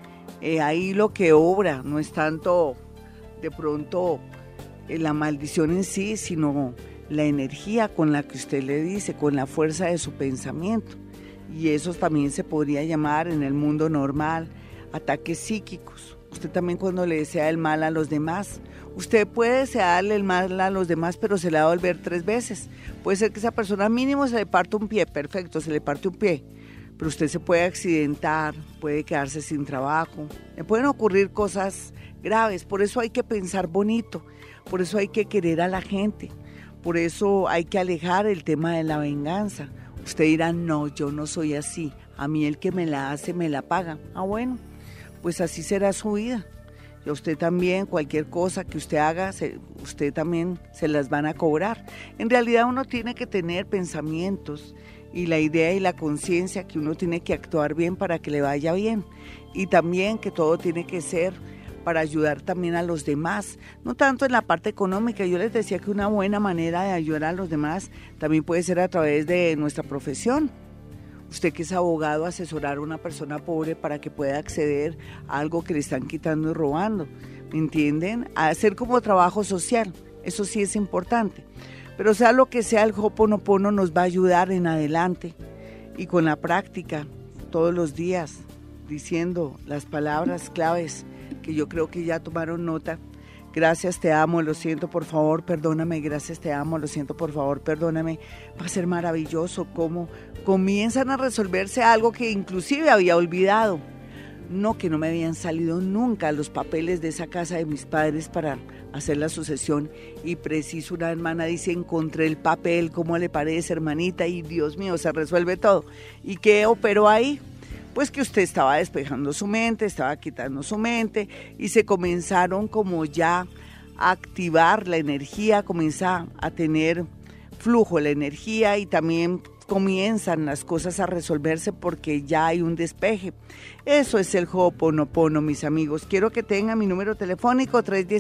ahí lo que obra no es tanto de pronto la maldición en sí, sino la energía con la que usted le dice, con la fuerza de su pensamiento. Y eso también se podría llamar en el mundo normal ataques psíquicos. Usted también cuando le desea el mal a los demás, usted puede desearle el mal a los demás, pero se le va a volver 3 veces. Puede ser que esa persona mínimo se le parte un pie, perfecto, se le parte un pie, pero usted se puede accidentar, puede quedarse sin trabajo, le pueden ocurrir cosas graves. Por eso hay que pensar bonito, por eso hay que querer a la gente, por eso hay que alejar el tema de la venganza. Usted dirá, no, yo no soy así, a mí el que me la hace me la paga. Ah, bueno, pues así será su vida. Y a usted también, cualquier cosa que usted haga, usted también se las van a cobrar. En realidad uno tiene que tener pensamientos y la idea y la conciencia que uno tiene que actuar bien para que le vaya bien. Y también que todo tiene que ser para ayudar también a los demás, no tanto en la parte económica. Yo les decía que una buena manera de ayudar a los demás también puede ser a través de nuestra profesión. Usted que es abogado, asesorar a una persona pobre para que pueda acceder a algo que le están quitando y robando, ¿me entienden? A hacer como trabajo social, eso sí es importante. Pero sea lo que sea, el Ho'oponopono nos va a ayudar en adelante y con la práctica, todos los días, diciendo las palabras claves que yo creo que ya tomaron nota. Gracias, te amo, lo siento, por favor, perdóname. Gracias, te amo, lo siento, por favor, perdóname. Va a ser maravilloso cómo comienzan a resolverse algo que inclusive había olvidado. No, que no me habían salido nunca los papeles de esa casa de mis padres para hacer la sucesión. Y preciso, una hermana dice, encontré el papel, ¿cómo le parece, hermanita? Y Dios mío, se resuelve todo. ¿Y qué operó ahí? Pues que usted estaba despejando su mente, estaba quitando su mente y se comenzaron como ya a activar la energía, comienza a tener flujo la energía y también comienzan las cosas a resolverse porque ya hay un despeje. Eso es el Ho'oponopono, mis amigos. Quiero que tengan mi número telefónico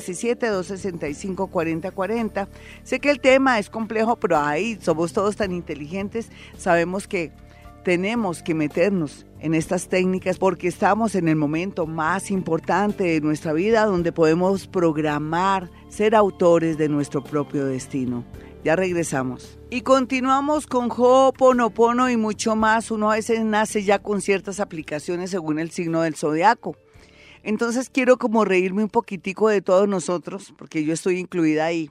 317-265-4040. Sé que el tema es complejo, pero ahí somos todos tan inteligentes, sabemos que tenemos que meternos en estas técnicas porque estamos en el momento más importante de nuestra vida donde podemos programar, ser autores de nuestro propio destino. Ya regresamos. Y continuamos con Ho'oponopono y mucho más. Uno a veces nace ya con ciertas aplicaciones según el signo del zodiaco. Entonces quiero como reírme un poquitico de todos nosotros, porque yo estoy incluida ahí.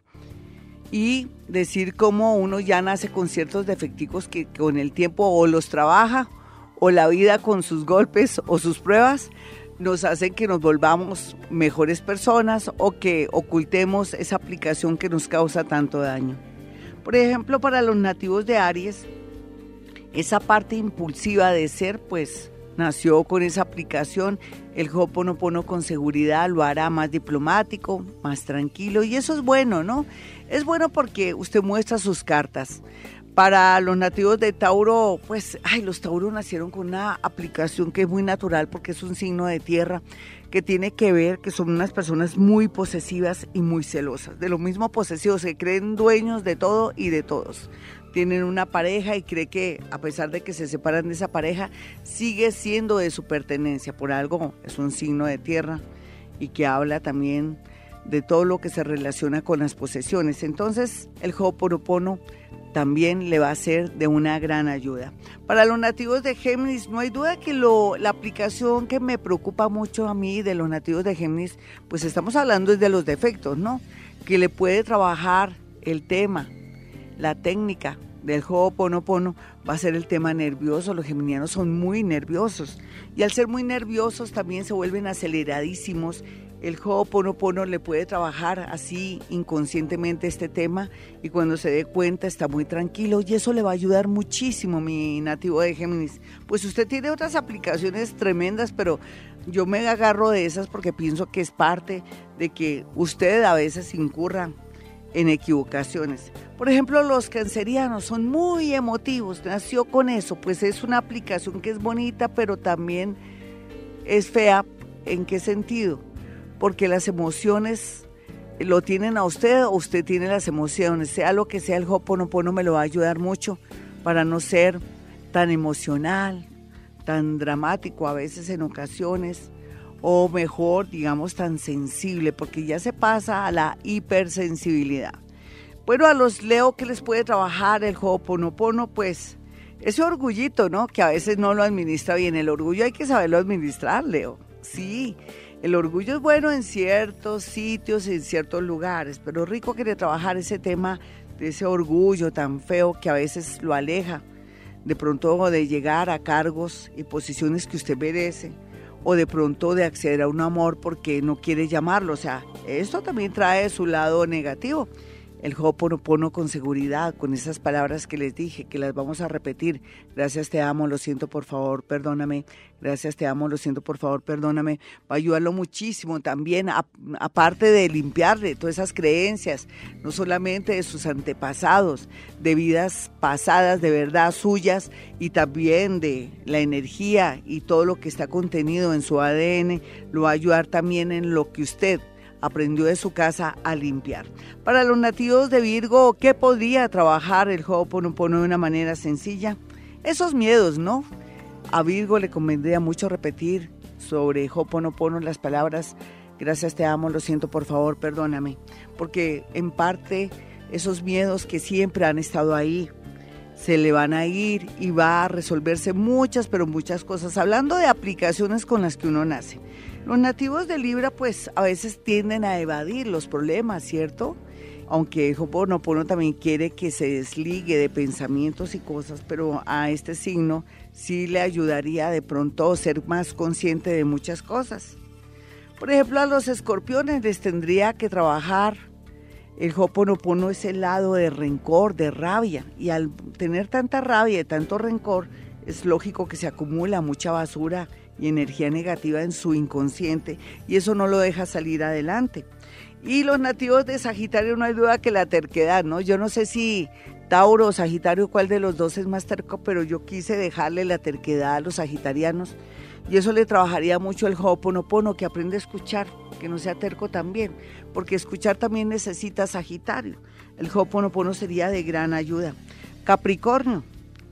Y decir cómo uno ya nace con ciertos defecticos que con el tiempo o los trabaja o la vida con sus golpes o sus pruebas nos hacen que nos volvamos mejores personas o que ocultemos esa aplicación que nos causa tanto daño. Por ejemplo, para los nativos de Aries, esa parte impulsiva de ser, pues nació con esa aplicación. El Ho'oponopono con seguridad lo hará más diplomático, más tranquilo y eso es bueno, ¿no? Es bueno porque usted muestra sus cartas. Para los nativos de Tauro, pues, los Tauros nacieron con una aplicación que es muy natural porque es un signo de tierra que tiene que ver que son unas personas muy posesivas y muy celosas. De lo mismo posesivos, se creen dueños de todo y de todos. Tienen una pareja y cree que a pesar de que se separan de esa pareja, sigue siendo de su pertenencia. Por algo es un signo de tierra y que habla también de todo lo que se relaciona con las posesiones. Entonces el Ho'oponopono también le va a ser de una gran ayuda. Para los nativos de Géminis, no hay duda que la aplicación que me preocupa mucho a mí de los nativos de Géminis, pues estamos hablando de los defectos, ¿no? Que le puede trabajar el tema, la técnica del Ho'oponopono va a ser el tema nervioso. Los geminianos son muy nerviosos y al ser muy nerviosos también se vuelven aceleradísimos. El Ho'oponopono le puede trabajar así inconscientemente este tema y cuando se dé cuenta está muy tranquilo y eso le va a ayudar muchísimo, mi nativo de Géminis. Pues usted tiene otras aplicaciones tremendas, pero yo me agarro de esas porque pienso que es parte de que usted a veces incurra en equivocaciones. Por ejemplo, los cancerianos son muy emotivos, nació con eso, pues es una aplicación que es bonita, pero también es fea. ¿En qué sentido? Porque las emociones lo tienen a usted o usted tiene las emociones. Sea lo que sea, el Ho'oponopono me lo va a ayudar mucho para no ser tan emocional, tan dramático a veces en ocasiones, o mejor, digamos, tan sensible, porque ya se pasa a la hipersensibilidad. Bueno, a los Leo, ¿qué les puede trabajar el Ho'oponopono? Pues ese orgullito, ¿no? Que a veces no lo administra bien. El orgullo hay que saberlo administrar, Leo. Sí, el orgullo es bueno en ciertos sitios, en ciertos lugares, pero rico quiere trabajar ese tema de ese orgullo tan feo que a veces lo aleja de pronto de llegar a cargos y posiciones que usted merece, o de pronto de acceder a un amor porque no quiere llamarlo. O sea, esto también trae su lado negativo. El Ho'oponopono con seguridad, con esas palabras que les dije, que las vamos a repetir. Gracias, te amo, lo siento, por favor, perdóname. Gracias, te amo, lo siento, por favor, perdóname. Va a ayudarlo muchísimo también, aparte de limpiarle todas esas creencias, no solamente de sus antepasados, de vidas pasadas, de verdad suyas, y también de la energía y todo lo que está contenido en su ADN, lo va a ayudar también en lo que usted aprendió de su casa a limpiar. Para los nativos de Virgo, ¿qué podría trabajar el Ho'oponopono de una manera sencilla? Esos miedos, ¿no? A Virgo le convendría mucho repetir sobre Ho'oponopono las palabras gracias, te amo, lo siento, por favor, perdóname, porque en parte esos miedos que siempre han estado ahí se le van a ir y va a resolverse muchas, pero muchas cosas. Hablando de aplicaciones con las que uno nace, los nativos de Libra pues a veces tienden a evadir los problemas, ¿cierto? Aunque el Ho'oponopono también quiere que se desligue de pensamientos y cosas, pero a este signo sí le ayudaría de pronto a ser más consciente de muchas cosas. Por ejemplo, a los escorpiones les tendría que trabajar el Ho'oponopono ese lado de rencor, de rabia, y al tener tanta rabia y tanto rencor, es lógico que se acumula mucha basura y energía negativa en su inconsciente, y eso no lo deja salir adelante. Y los nativos de Sagitario, no hay duda que la terquedad, ¿no? Yo no sé si Tauro o Sagitario, cuál de los dos es más terco, pero yo quise dejarle la terquedad a los sagitarianos, y eso le trabajaría mucho el Ho'oponopono, que aprende a escuchar, que no sea terco también, porque escuchar también necesita Sagitario. El Ho'oponopono sería de gran ayuda. Capricornio,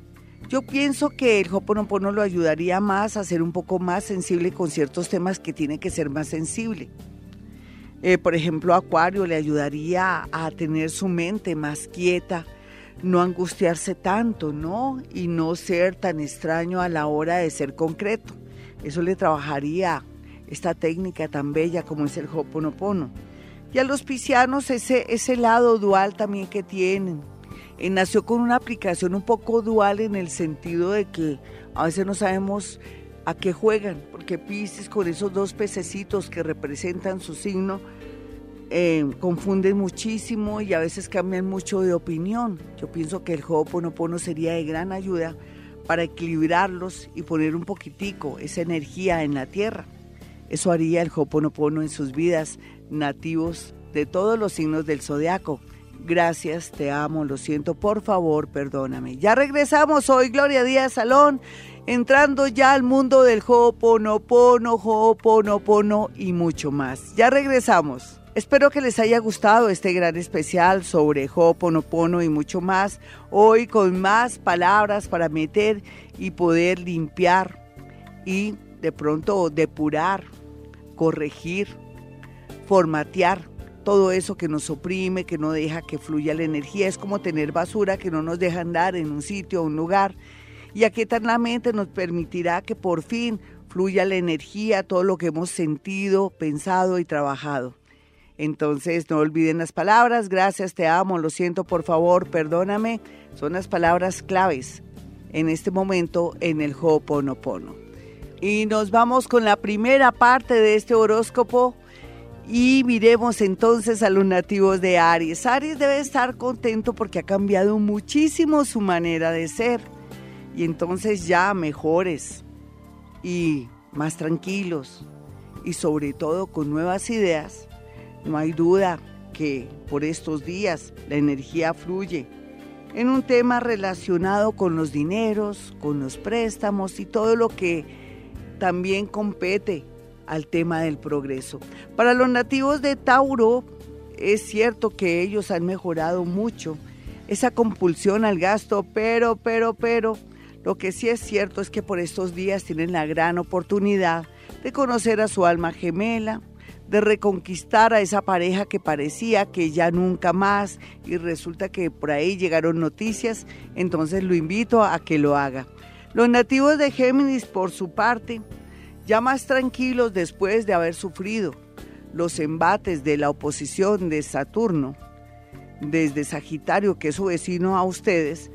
yo pienso que el Ho'oponopono lo ayudaría más a ser un poco más sensible con ciertos temas que tiene que ser más sensible. Por ejemplo, Acuario le ayudaría a tener su mente más quieta, no angustiarse tanto, ¿no? Y no ser tan extraño a la hora de ser concreto. Eso le trabajaría esta técnica tan bella como es el Ho'oponopono. Y a los piscianos ese lado dual también que tienen. Nació con una aplicación un poco dual en el sentido de que a veces no sabemos a qué juegan, porque Piscis con esos dos pececitos que representan su signo confunden muchísimo y a veces cambian mucho de opinión. Yo pienso que el Ho'oponopono sería de gran ayuda para equilibrarlos y poner un poquitico esa energía en la tierra. Eso haría el Ho'oponopono en sus vidas, nativos de todos los signos del zodiaco. Gracias, te amo, lo siento, por favor, perdóname. Ya regresamos, hoy Gloria Díaz Salón, entrando ya al mundo del Ho'oponopono y mucho más. Ya regresamos. Espero que les haya gustado este gran especial sobre Ho'oponopono y mucho más. Hoy con más palabras para meter y poder limpiar y de pronto depurar, corregir, formatear todo eso que nos oprime, que no deja que fluya la energía. Es como tener basura que no nos deja andar en un sitio o un lugar. Y aquietar la mente nos permitirá que por fin fluya la energía, todo lo que hemos sentido, pensado y trabajado. Entonces no olviden las palabras, gracias, te amo, lo siento, por favor, perdóname. Son las palabras claves en este momento en el Ho'oponopono. Y nos vamos con la primera parte de este horóscopo. Y miremos entonces a los nativos de Aries. Aries debe estar contento porque ha cambiado muchísimo su manera de ser. Y entonces ya mejores y más tranquilos y sobre todo con nuevas ideas. No hay duda que por estos días la energía fluye en un tema relacionado con los dineros, con los préstamos y todo lo que también compete al tema del progreso. Para los nativos de Tauro, es cierto que ellos han mejorado mucho esa compulsión al gasto, pero, lo que sí es cierto es que por estos días tienen la gran oportunidad de conocer a su alma gemela, de reconquistar a esa pareja que parecía que ya nunca más y resulta que por ahí llegaron noticias, entonces lo invito a que lo haga. Los nativos de Géminis, por su parte, ya más tranquilos después de haber sufrido los embates de la oposición de Saturno desde Sagitario, que es su vecino a ustedes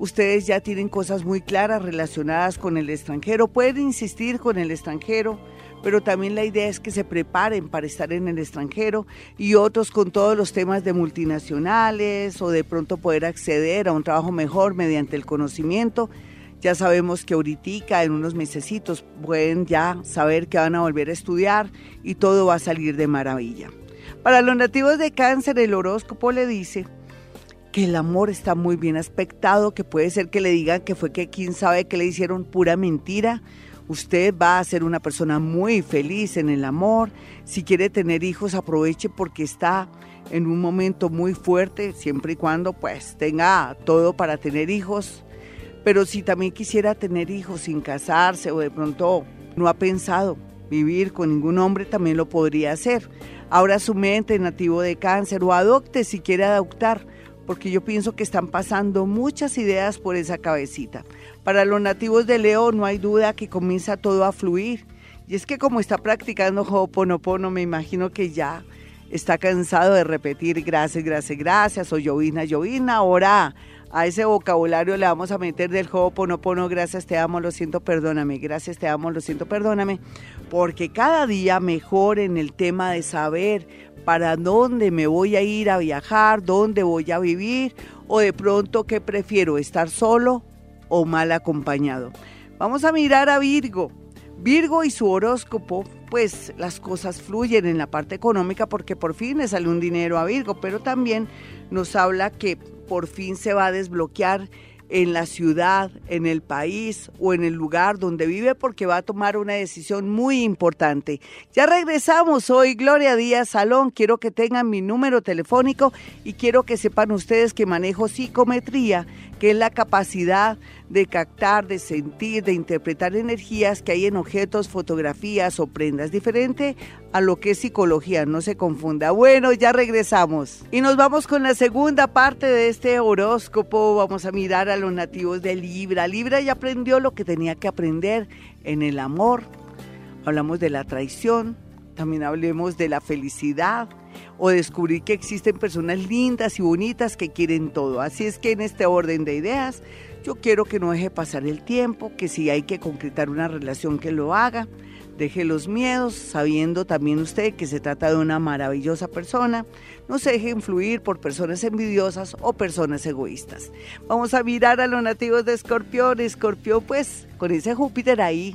ya tienen cosas muy claras relacionadas con el extranjero. Pueden insistir con el extranjero, pero también la idea es que se preparen para estar en el extranjero, y otros con todos los temas de multinacionales o de pronto poder acceder a un trabajo mejor mediante el conocimiento. Ya sabemos que ahorita en unos mesecitos pueden ya saber que van a volver a estudiar y todo va a salir de maravilla. Para los nativos de Cáncer, el horóscopo le dice que el amor está muy bien aspectado, que puede ser que le digan que fue que quién sabe que le hicieron pura mentira. Usted va a ser una persona muy feliz en el amor. Si quiere tener hijos, aproveche porque está en un momento muy fuerte, siempre y cuando pues tenga todo para tener hijos. Pero si también quisiera tener hijos sin casarse o de pronto no ha pensado vivir con ningún hombre, también lo podría hacer. Ahora su mente, nativo de Cáncer, o adopte si quiere adoptar, porque yo pienso que están pasando muchas ideas por esa cabecita. Para los nativos de Leo no hay duda que comienza todo a fluir. Y es que como está practicando Ho'oponopono, me imagino que ya está cansado de repetir gracias, gracias, gracias, o llovina, llovina. Ahora a ese vocabulario le vamos a meter del Ho'oponopono, gracias, te amo, lo siento, perdóname, gracias, te amo, lo siento, perdóname. Porque cada día mejor en el tema de saber para dónde me voy a ir a viajar, dónde voy a vivir, o de pronto qué prefiero, estar solo o mal acompañado. Vamos a mirar a Virgo. Virgo y su horóscopo, pues las cosas fluyen en la parte económica porque por fin le sale un dinero a Virgo, pero también nos habla que por fin se va a desbloquear en la ciudad, en el país o en el lugar donde vive, porque va a tomar una decisión muy importante. Ya regresamos, hoy Gloria Díaz Salón. Quiero que tengan mi número telefónico y quiero que sepan ustedes que manejo psicometría, que es la capacidad de captar, de sentir, de interpretar energías que hay en objetos, fotografías o prendas, diferente a lo que es psicología, no se confunda. Bueno, ya regresamos y nos vamos con la segunda parte de este horóscopo. Vamos a mirar a los nativos de Libra. Libra ya aprendió lo que tenía que aprender en el amor. Hablamos de la traición, también hablemos de la felicidad, o descubrir que existen personas lindas y bonitas que quieren todo. Así es que en este orden de ideas, yo quiero que no deje pasar el tiempo, que si hay que concretar una relación, que lo haga. Deje los miedos, sabiendo también usted que se trata de una maravillosa persona. No se deje influir por personas envidiosas o personas egoístas. Vamos a mirar a los nativos de Escorpión. Escorpión, pues, con ese Júpiter ahí,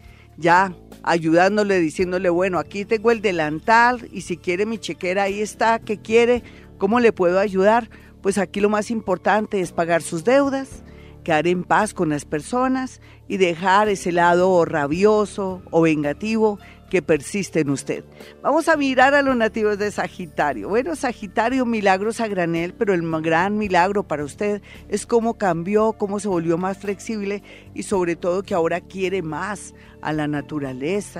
ya ayudándole, diciéndole, bueno, aquí tengo el delantal y si quiere mi chequera ahí está, ¿qué quiere? ¿Cómo le puedo ayudar? Pues aquí lo más importante es pagar sus deudas, quedar en paz con las personas y dejar ese lado rabioso o vengativo que persiste en usted. Vamos a mirar a los nativos de Sagitario. Bueno, Sagitario, milagros a granel, pero el gran milagro para usted es cómo cambió, cómo se volvió más flexible y sobre todo que ahora quiere más a la naturaleza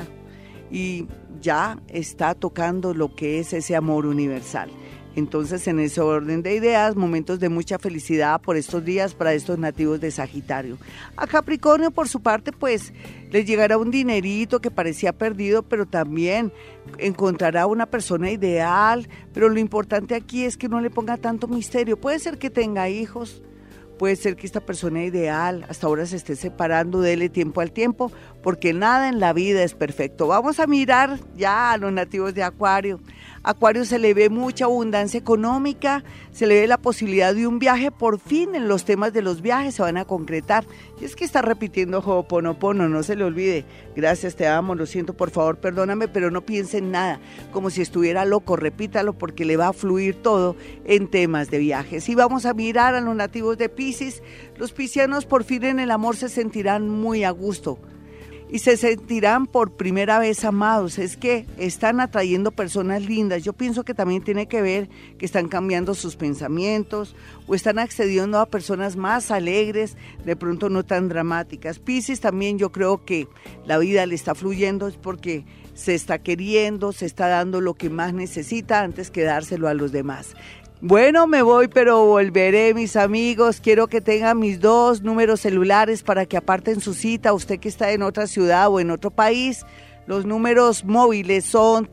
y ya está tocando lo que es ese amor universal. Entonces, en ese orden de ideas, momentos de mucha felicidad por estos días para estos nativos de Sagitario. A Capricornio, por su parte, pues, les llegará un dinerito que parecía perdido, pero también encontrará una persona ideal. Pero lo importante aquí es que no le ponga tanto misterio. Puede ser que tenga hijos, puede ser que esta persona ideal hasta ahora se esté separando, dele tiempo al tiempo, porque nada en la vida es perfecto. Vamos a mirar ya a los nativos de Acuario. Acuario, se le ve mucha abundancia económica, se le ve la posibilidad de un viaje, por fin en los temas de los viajes se van a concretar. Y es que está repitiendo Ho'oponopono, no se le olvide, gracias, te amo, lo siento, por favor, perdóname, pero no piense en nada, como si estuviera loco, repítalo porque le va a fluir todo en temas de viajes. Y vamos a mirar a los nativos de Piscis. Los piscianos por fin en el amor se sentirán muy a gusto. y se sentirán por primera vez amados. Es que están atrayendo personas lindas. Yo pienso que también tiene que ver que están cambiando sus pensamientos o están accediendo a personas más alegres, de pronto no tan dramáticas. Piscis también yo creo que la vida le está fluyendo, es porque se está queriendo, se está dando lo que más necesita antes que dárselo a los demás. Bueno, me voy, pero volveré, mis amigos. Quiero que tengan mis 2 números celulares para que aparten su cita. Usted que está en otra ciudad o en otro país, los números móviles son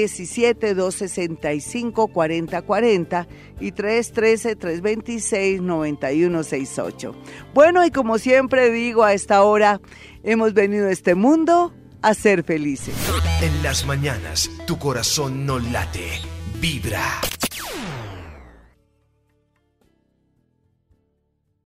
317-265-4040 y 313-326-9168. Bueno, y como siempre digo, a esta hora hemos venido a este mundo a ser felices. En las mañanas, tu corazón no late, vibra.